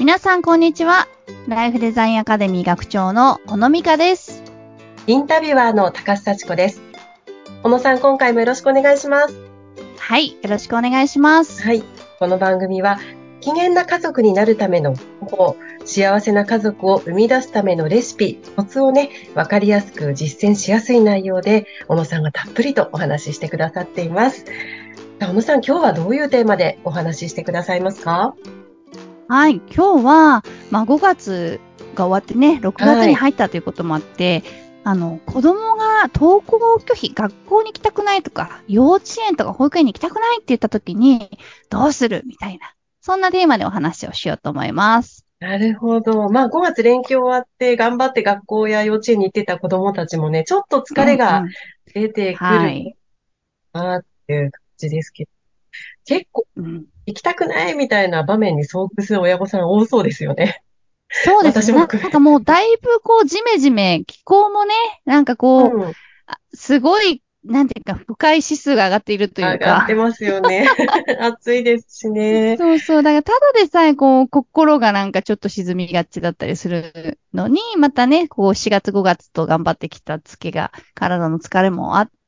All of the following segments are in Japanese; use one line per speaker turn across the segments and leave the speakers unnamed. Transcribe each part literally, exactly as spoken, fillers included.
皆さんこんにちは。ライフデザインアカデミー学長の小野美香です。
インタビュアーの高須幸子です。小野さん、今回もよろしくお願いします。
はい、よろしくお願いします。
はい、この番組は機嫌な家族になるための方法、幸せな家族を生み出すためのレシピ、コツをね、わかりやすく実践しやすい内容で小野さんがたっぷりとお話ししてくださっています。小野さん、今日はどういうテーマでお話ししてくださいますか？
はい、今日は、まあ、ごがつが終わってね、ろくがつに入ったということもあって、はい、あの、子供が登校拒否、学校に行きたくないとか、幼稚園とか保育園に行きたくないって言った時に、どうするみたいな、そんなテーマでお話をしようと思います。
なるほど。まあごがつ連休終わって頑張って学校や幼稚園に行ってた子供たちもね、ちょっと疲れが
うんうん。
出てくる
はい。
かなっていう感じですけど、結構
うん、
行きたくないみたいな場面に遭遇する親御さん多そうですよね。
そうですね。なん
私も含め。
かもうだいぶこうジメジメ、気候もね、なんかこう、
うん。
あすごい、なんていうか、不快指数が上がっているとい
上
うか。
がってますよね。暑いですしね。
そうそう。だから、ただでさえ、こう、心がなんかちょっと沈みがちだったりするのに、またね、こう、しがつごがつと頑張ってきた月が、体の疲れもあって、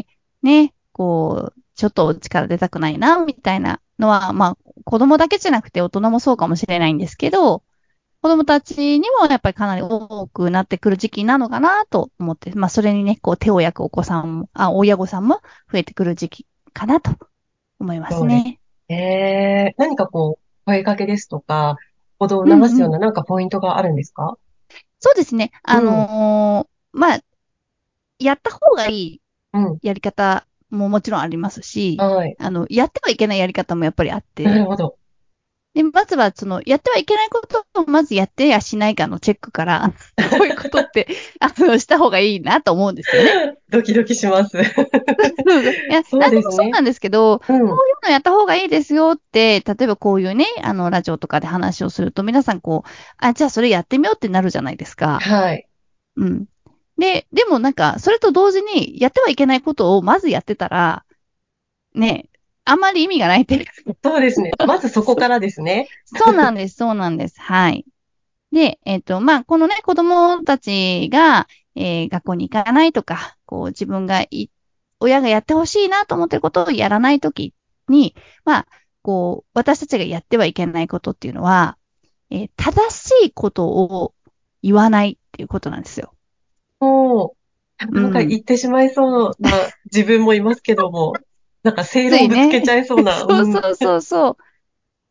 ね、こう、ちょっと力出たくないな、みたいなのは、まあ、子供だけじゃなくて大人もそうかもしれないんですけど、子供たちにもやっぱりかなり多くなってくる時期なのかなと思って、まあそれにね、こう手を焼くお子さんも、あ、親御さんも増えてくる時期かなと思います
そうです
ね。
ね。何かこう、声かけですとか、行動を
うんうん。
促すようななんかポイントがあるんですか？
そうですね。あ
うん、
のーまあ、やった方がいい
うん。
やり方ももちろんありますし、
はい。
あの、やってはいけないやり方もやっぱりあって、
なるほど。
で、まずは、その、やってはいけないことを、まずやってやしないかのチェックから、こういうことって、あの、した方がいいなと思うんですよね。
ドキドキします。
そうそう。いや、
そう
何で
ですね。
もそうなんですけど、こ
うん。
ういうのやった方がいいですよって、例えばこういうね、あの、ラジオとかで話をすると、皆さんこう、あ、じゃあそれやってみようってなるじゃないですか。
はい。
うん。で、でもなんか、それと同時に、やってはいけないことをまずやってたら、ね、あんまり意味がないっていう。
そうですね。まずそこからですね。
そうなんです、そうなんです。はい。で、えっと、まあ、このね、子供たちが、えー学校に行かないとか、こう、自分がい、親がやってほしいなと思ってることをやらないときに、まあ、こう、私たちがやってはいけないことっていうのは、えー正しいことを言わないっていうことなんですよ。
もう、なんか
うん。
言ってしまいそうな自分もいますけども、なんか正
ついね、
論ぶつけちゃいそうな、うん、
そうそうそうそう。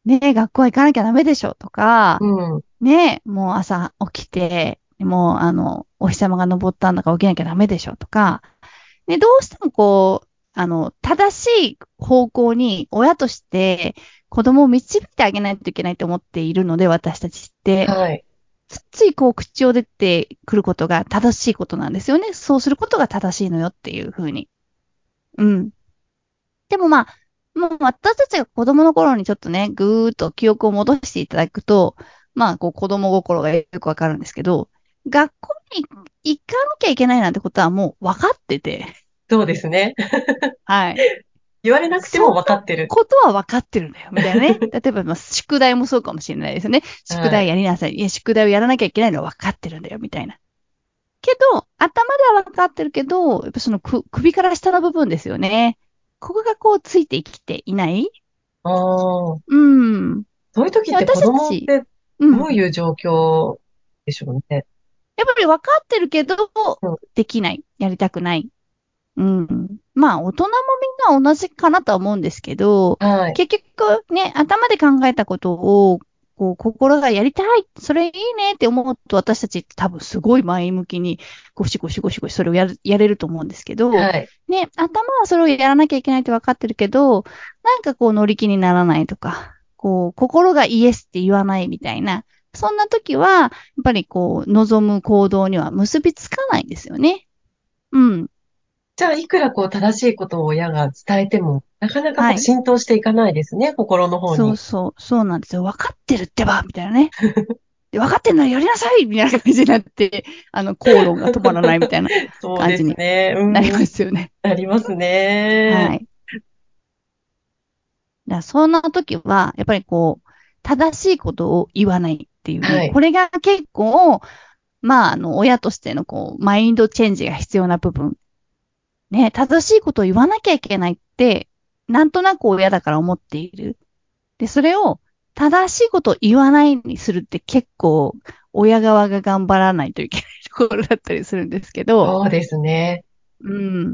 ねえ、学校行かなきゃダメでしょとか、
うん、
ねえ、もう朝起きて、もうあの、お日様が昇ったんだから起きなきゃダメでしょとか、ね、どうしてもこう、あの、正しい方向に親として子供を導いてあげないといけないと思っているので、私たちって、
はい。
ついついこう口を出てくることが正しいことなんですよね。そうすることが正しいのよっていうふうに。うん。でもまあ、もう私たちが子供の頃にちょっとね、ぐーっと記憶を戻していただくと、まあ、こう子供心がよくわかるんですけど、学校に行かなきゃいけないなんてことはもう分かってて、
そうですね。
はい。
言われなくて
その
も分かってる。
ことは分かってるんだよ、みたいなね。例えば、まあ、宿題もそうかもしれないですよね。宿
はい。
題やりなさい。いや、宿題をやらなきゃいけないのは分かってるんだよ、みたいな。けど、頭では分かってるけど、やっぱそのく首から下の部分ですよね。ここがこうついてきていない。
ああ、
うん。
そういう時って子
私たち、
供って
うん。
どういう状況でしょうね。
やっぱり分かってるけど、
うん、
できない。やりたくない。うん。まあ、大人もみんな同じかなとは思うんですけど、
はい。
結局ね、頭で考えたことを、こう、心がやりたい、それいいねって思うと、私たちって多分すごい前向きに、ゴシゴシゴシゴシそれをやる、やれると思うんですけど、
はい。
ね、頭はそれをやらなきゃいけないって分かってるけど、なんかこう乗り気にならないとか、こう、心がイエスって言わないみたいな、そんな時は、やっぱりこう、望む行動には結びつかないんですよね。うん。
じゃあ、いくらこう正しいことを親が伝えても、なかなかこう
はい。
浸透していかないですね、心の方に。
そうそう、そうなんですよ。分かってるってばみたいなね。で分かってんのにやりなさいみたいな感じになって、あの、口論が止まらないみたいな
そうで
感じに
すね。
なり
うん。
ますよね。
ありますね。
はい。だからそんな時は、やっぱりこう、 正しいことを言わないっていうね。
はい。
これが結構、まあ、あの、親としてのこう、マインドチェンジが必要な部分。ね、正しいことを言わなきゃいけないって、なんとなく親だから思っている。で、それを正しいことを言わないにするって結構、親側が頑張らないといけないところだったりするんですけど、
そうですね。
うん。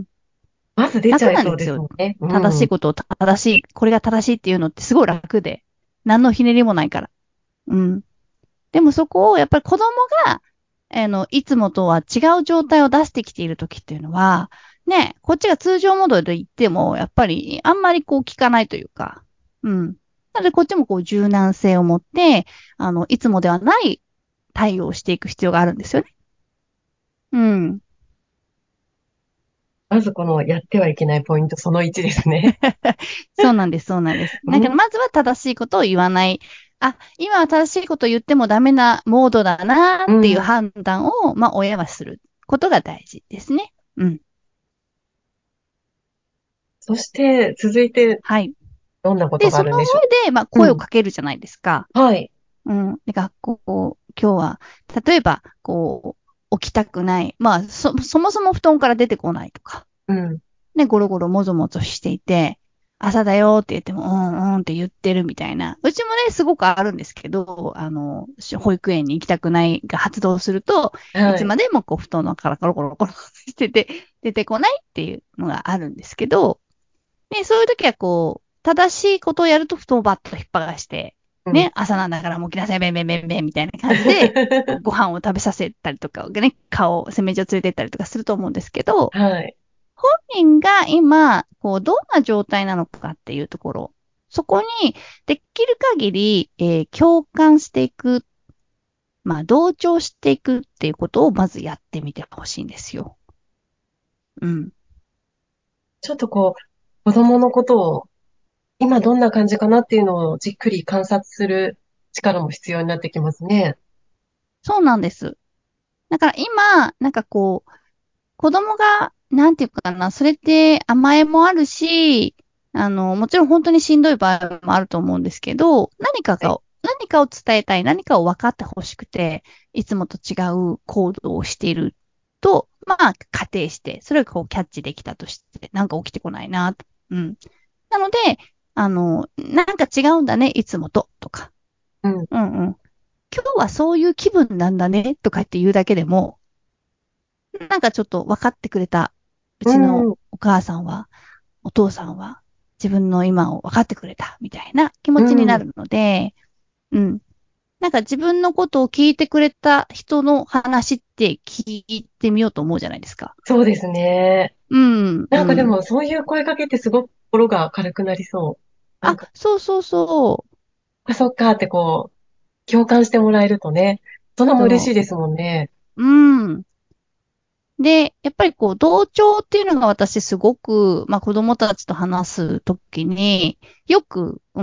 まず出ちゃ
楽
いそうで
なんですよ。
すもんね。うん。
正しいことを正しい、これが正しいっていうのってすごい楽で、何のひねりもないから。うん。でもそこをやっぱり子供が、あの、いつもとは違う状態を出してきているときっていうのは、ね、こっちが通常モードで言っても、やっぱりあんまりこう聞かないというか、うん。なのでこっちもこう柔軟性を持って、あの、いつもではない対応をしていく必要があるんですよね。うん。
まずこのやってはいけないポイントそのいちですね。
そうなんです、そうなんです。だけど、
うん。
まずは正しいことを言わない。あ、今は正しいことを言ってもダメなモードだな
う
っていう
ん。
判断を、まあ、親はすることが大事ですね。うん。
そして続いて
はい。
どんなこと
で、その
があるんでしょ
上で、まあ、
う。うん。
声をかけるじゃないですか。
はい。
うん。で、学校、今日は、例えば、こう、起きたくない。まあ、そ、そもそも布団から出てこないとか。
うん。
ね、ゴロゴロもぞもぞしていて、朝だよって言っても、うんうんって言ってるみたいな。うちもね、すごくあるんですけど、あの、保育園に行きたくないが発動すると、い
はい。
つまでもこう、布団のからコロコロコロしてて、出てこないっていうのがあるんですけど、ね、そういう時はこう、正しいことをやると布団をバッと引っ張がして、
うん。
ね、朝なんだからもう起きなさい、べんべんべんべんみたいな感じで、ご飯を食べさせたりとか、ね、顔、洗面所連れてったりとかすると思うんですけど、
はい。
本人が今、こう、どんな状態なのかっていうところ、そこにできる限り、えー共感していく、まあ、同調していくっていうことをまずやってみてほしいんですよ。うん。
ちょっとこう、子供のことを今どんな感じかなっていうのをじっくり観察する力も必要になってきますね。
そうなんです。だから今、なんかこう、子供が、なんていうかな、それって甘えもあるし、あの、もちろん本当にしんどい場合もあると思うんですけど、何か
はい。
が、何かを伝えたい、何かを分かってほしくて、いつもと違う行動をしていると、まあ、仮定して、それをこうキャッチできたとして、なんか起きてこないな、と。うん。なので、あの、なんか違うんだね、いつもと、とか。
うん。
うんうん。今日はそういう気分なんだね、とかって言うだけでも、なんかちょっと分かってくれた、う
う
ちの
ん。
お母さんは、お父さんは、自分の今を分かってくれた、みたいな気
う
持ちにな
ん。
るので、うん。なんか自分のことを聞いてくれた人の話って聞いてみようと思うじゃないですか。
そうですね。
うん、
なんかで
うん。
もそういう声かけってすごく心が軽くなりそう。なん
あ、
か、
そうそうそ
あ、そっかってこう、共感してもらえるとね、そんな
う。
も嬉し
そ
いですもんね。
う。うん。で、やっぱりこう、同調っていうのが私すごく、まあ子供たちと話すときによく、うん、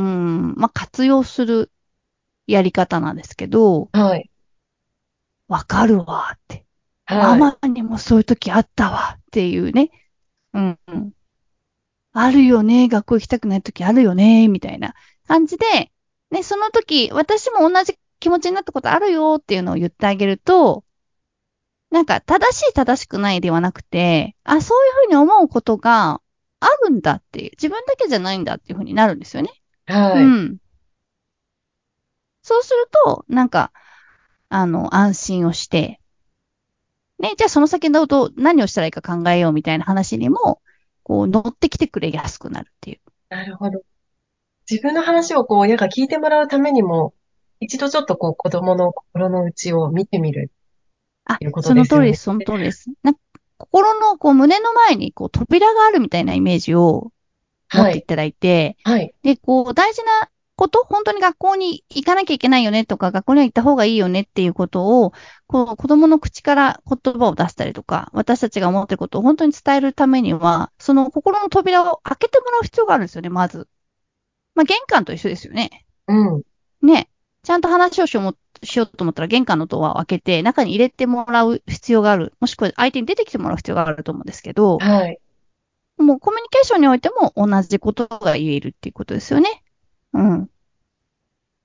まあ活用するやり方なんですけど、
はい。
わかるわって。マ
はい。
マにもそういう時あったわっていうね。うんうん。あるよね。学校行きたくない時あるよね。みたいな感じで、ね、その時、私も同じ気持ちになったことあるよっていうのを言ってあげると、なんか正しい正しくないではなくて、あ、そういうふうに思うことがあるんだっていう、自分だけじゃないんだっていうふうになるんですよね。う
はい。
ん。そうすると、なんか、あの、安心をして、ね、じゃあその先どうどう、何をしたらいいか考えようみたいな話にも、こう乗ってきてくれやすくなるっていう。
なるほど。自分の話をこう親が聞いてもらうためにも、一度ちょっとこう子供の心の内を見てみる
あ、
ということ
そ
ですよね。
の通りです、その通りです。な心のこう胸の前にこう扉があるみたいなイメージを持っ
はい。
ていただいて、
はい。
で、こう大事なこと、本当に学校に行かなきゃいけないよねとか、学校には行った方がいいよねっていうことを、こう子供の口から言葉を出したりとか、私たちが思っていることを本当に伝えるためには、その心の扉を開けてもらう必要があるんですよね、まず。まあ、玄関と一緒ですよね。
うん。
ね。ちゃんと話をしようもしようと思ったら玄関のドアを開けて中に入れてもらう必要がある。もしくは相手に出てきてもらう必要があると思うんですけど、
はい。
もうコミュニケーションにおいても同じことが言えるっていうことですよね。うん。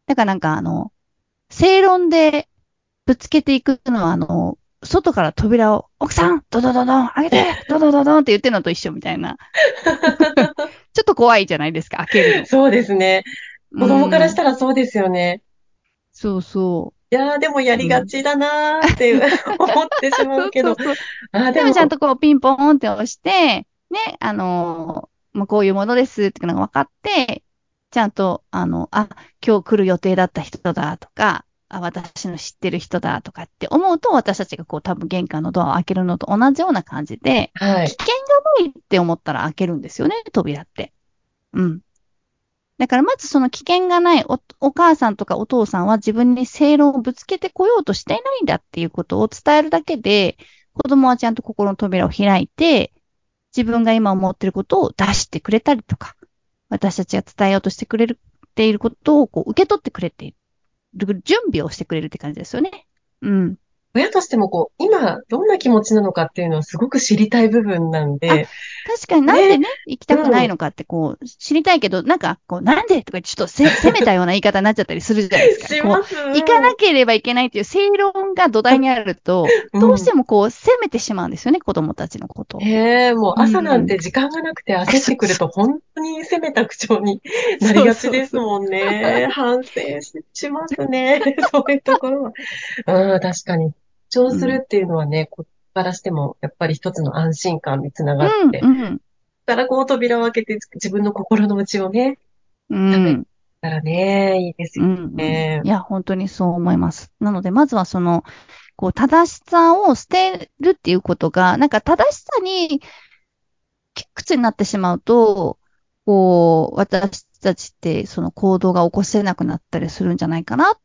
だからなんかあの、正論でぶつけていくのは、あの、外から扉を、奥さんドドドドン開けてドドドドンって言ってるのと一緒みたいな。ちょっと怖いじゃないですか、開けるの。
そうですね。
う
子供からし
ん。
たらそうですよね。
そうそ
いやー、でもや
う。
り
うん。
がちだなーって思ってし
そう
まうけど。
そうそう。
あー、で
でもちゃん
も、
とこうピンポーンって押して、ね、あのーまあ、こういうものですっていうのが分かって、ちゃんと、あの、あ、今日来る予定だった人だとか、あ、私の知ってる人だとかって思うと、私たちがこう多分玄関のドアを開けるのと同じような感じで、
はい。
危険がないって思ったら開けるんですよね、扉って。うん。だからまずその危険がないお、お母さんとかお父さんは自分に正論をぶつけてこようとしていないんだっていうことを伝えるだけで、子供はちゃんと心の扉を開いて、自分が今思っていることを出してくれたりとか、私たちが伝えようとしてくれていることをこう受け取ってくれている、準備をしてくれるって感じですよね。うん。
親としてもこう、今どんな気持ちなのかっていうのはすごく知りたい部分なん
あ、
で、
確かになんで
ね、
ね、行きたくな
うん、
いのかってこう、知りたいけど、なんか、こう、なんでとかちょっとせ、責めたような言い方になっちゃったりするじゃないですか。こう、
します、
行かな
うん、
ければいけないっていう正論が土台にあると、どうし
うん。
てもこう、責めてしまうんですよね、子供たちのことを。
へえ、もう
う
朝なん
ん。
て時間がなくて焦っ
そうそう。
てくると本当に責めた口調になり
そう
がち
そうそう。
ですもんね。反省し、しますね。そういうところは。うん、確かに。主張
うん。
するっていうのはね、こっちからしてもやっぱり一つの安心感につながっ
うん、
て、
うん、
だからこう扉を開けて自分の心の内をね、
う
喋っ
ん。
たらね、いいですよ
うん、うん。
ね。
いや、本当にそう思います。なので、まずはその、こう、正しさを捨てるっていうことが、なんか正しさに窮屈になってしまうと、こう、私たちってその行動が起こせなくなったりするんじゃないかなって、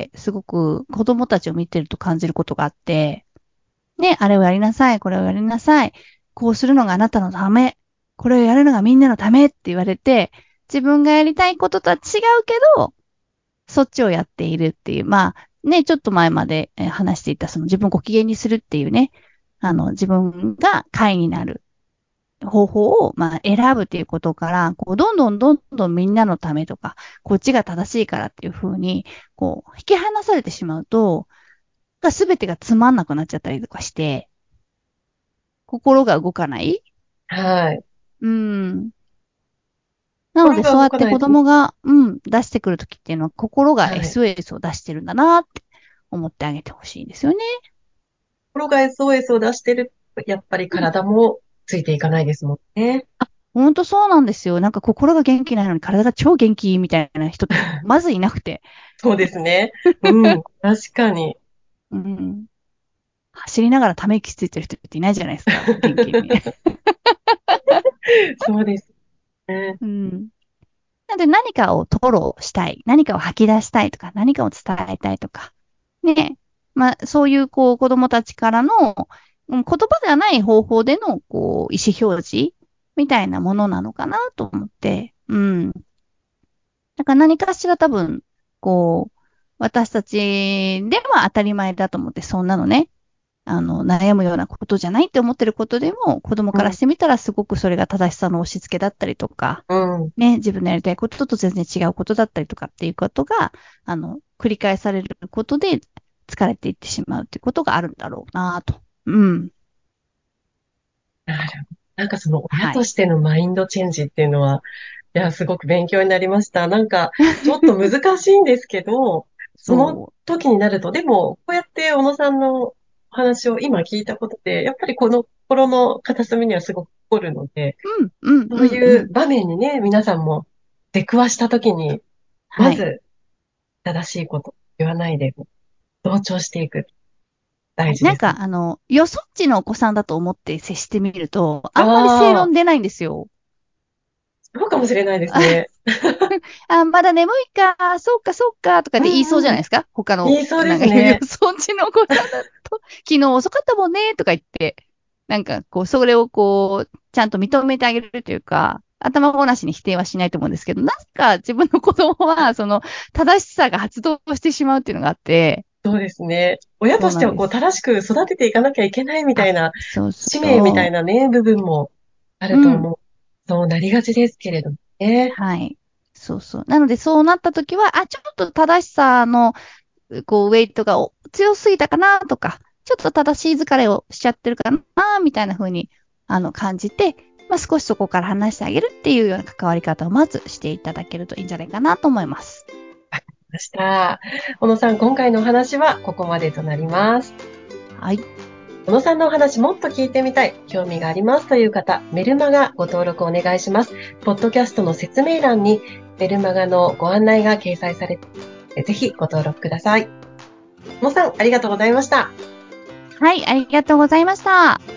すごく子供たちを見てると感じることがあって、ね、あれをやりなさい、これをやりなさい、こうするのがあなたのため、これをやるのがみんなのためって言われて、自分がやりたいこととは違うけど、そっちをやっているっていう、まあ、ね、ちょっと前までえー話していた、その自分をご機嫌にするっていうね、あの、自分が会になる方法を、まあ、選ぶっていうことから、こう、どんどんどんどんみんなのためとか、こっちが正しいからっていうふうに、こう、引き離されてしまうと、すべてがつまんなくなっちゃったりとかして、心が動かない。
はい。
うん。なので、
心が
そうやって子
動かないと、
供が、うん、出してくるときっていうのは、心が
はい。
エスオーエス を出してるんだなって思ってあげてほしいんですよね。
心が エスオーエス を出してると、やっぱり
うん。
体もついていかないですもんね。
ほんとそうなんですよ。なんか心が元気ないのに体が超元気みたいな人ってまずいなくて。
そうですね。うん。確かに。
うん。走りながらため息ついてる人っていないじゃないですか。元気に。
そうですね。
うん。なので何かを吐露したい。何かを吐き出したいとか、何かを伝えたいとか。ね。まあ、そういうこう子供たちからの、うん、言葉ではない方法でのこう意思表示みたいなものなのかなと思って。うん。だから何かしら多分、こう、私たちでは当たり前だと思って、そんなのね、あの、悩むようなことじゃないって思ってることでも、子供
うん。
からしてみたらすごくそれが正しさの押し付けだったりとか、
うん。
ね、自分のやりたいことと全然違うことだったりとかっていうことが、あの、繰り返されることで疲れていってしまうっていうことがあるんだろうなと。うん。
なるほど。なんかその親
はい。
としてのマインドチェンジっていうのは、いや、すごく勉強になりました。なんか、ちょっと難しいんですけど、その
そ
時になると、でも、こうやって小野さんのお話を今聞いたことで、やっぱりこの心の片隅にはすごく残るので、
う。うん、うん、
そう
うん、うん。
いう場面にね、皆さんも出くわした時に、ま
はい。
ず正しいこと言わないで、同調していく。
はい。なんか、
大事ですね。
あの、よそっちのお子さんだと思って接してみると、あんまり正
ああ、
論出ないんですよ。
そうかもしれないですね。
あ、まだ眠いか、そうか、そうか、とか
う
って言いそうじゃ
んうん。
ないですか他の、
言いそうで
なんか、よ
すね。
そっちのお子さんだと、昨日遅かったもんね、とか言って、なんか、こう、それをこう、ちゃんと認めてあげるというか、頭ごなしに否定はしないと思うんですけど、なぜか自分の子供は、その、正しさが発動してしまうっていうのがあって、
そうですね。親
そう
としてはこう
なんです。
正しく育てていかなきゃいけないみた
あ、
いな
そう
使命みたい
そ
なね、部分もあ
う。うん。
ると思う。そうなりがちですけれどもね。
はい。 そうそう。なので、そうなった時は、あ、ちょっと正しさの、こう、ウェイトがお強すぎたかなとか、ちょっと正しい疲れをしちゃってるかなみたいな風に、あの、感じて、まあ、少しそこから話してあげるっていうような関わり方をまずしていただけるといいんじゃないかなと思います。
わかりました。小野さん、今回のお話はここまでとなります。
はい。
小野さんのお話もっと聞いてみたい、興味がありますという方、メルマガご登録お願いします。ポッドキャストの説明欄にメルマガのご案内が掲載されて、ぜひご登録ください。小野さん、ありがとうございました。
はい、ありがとうございました。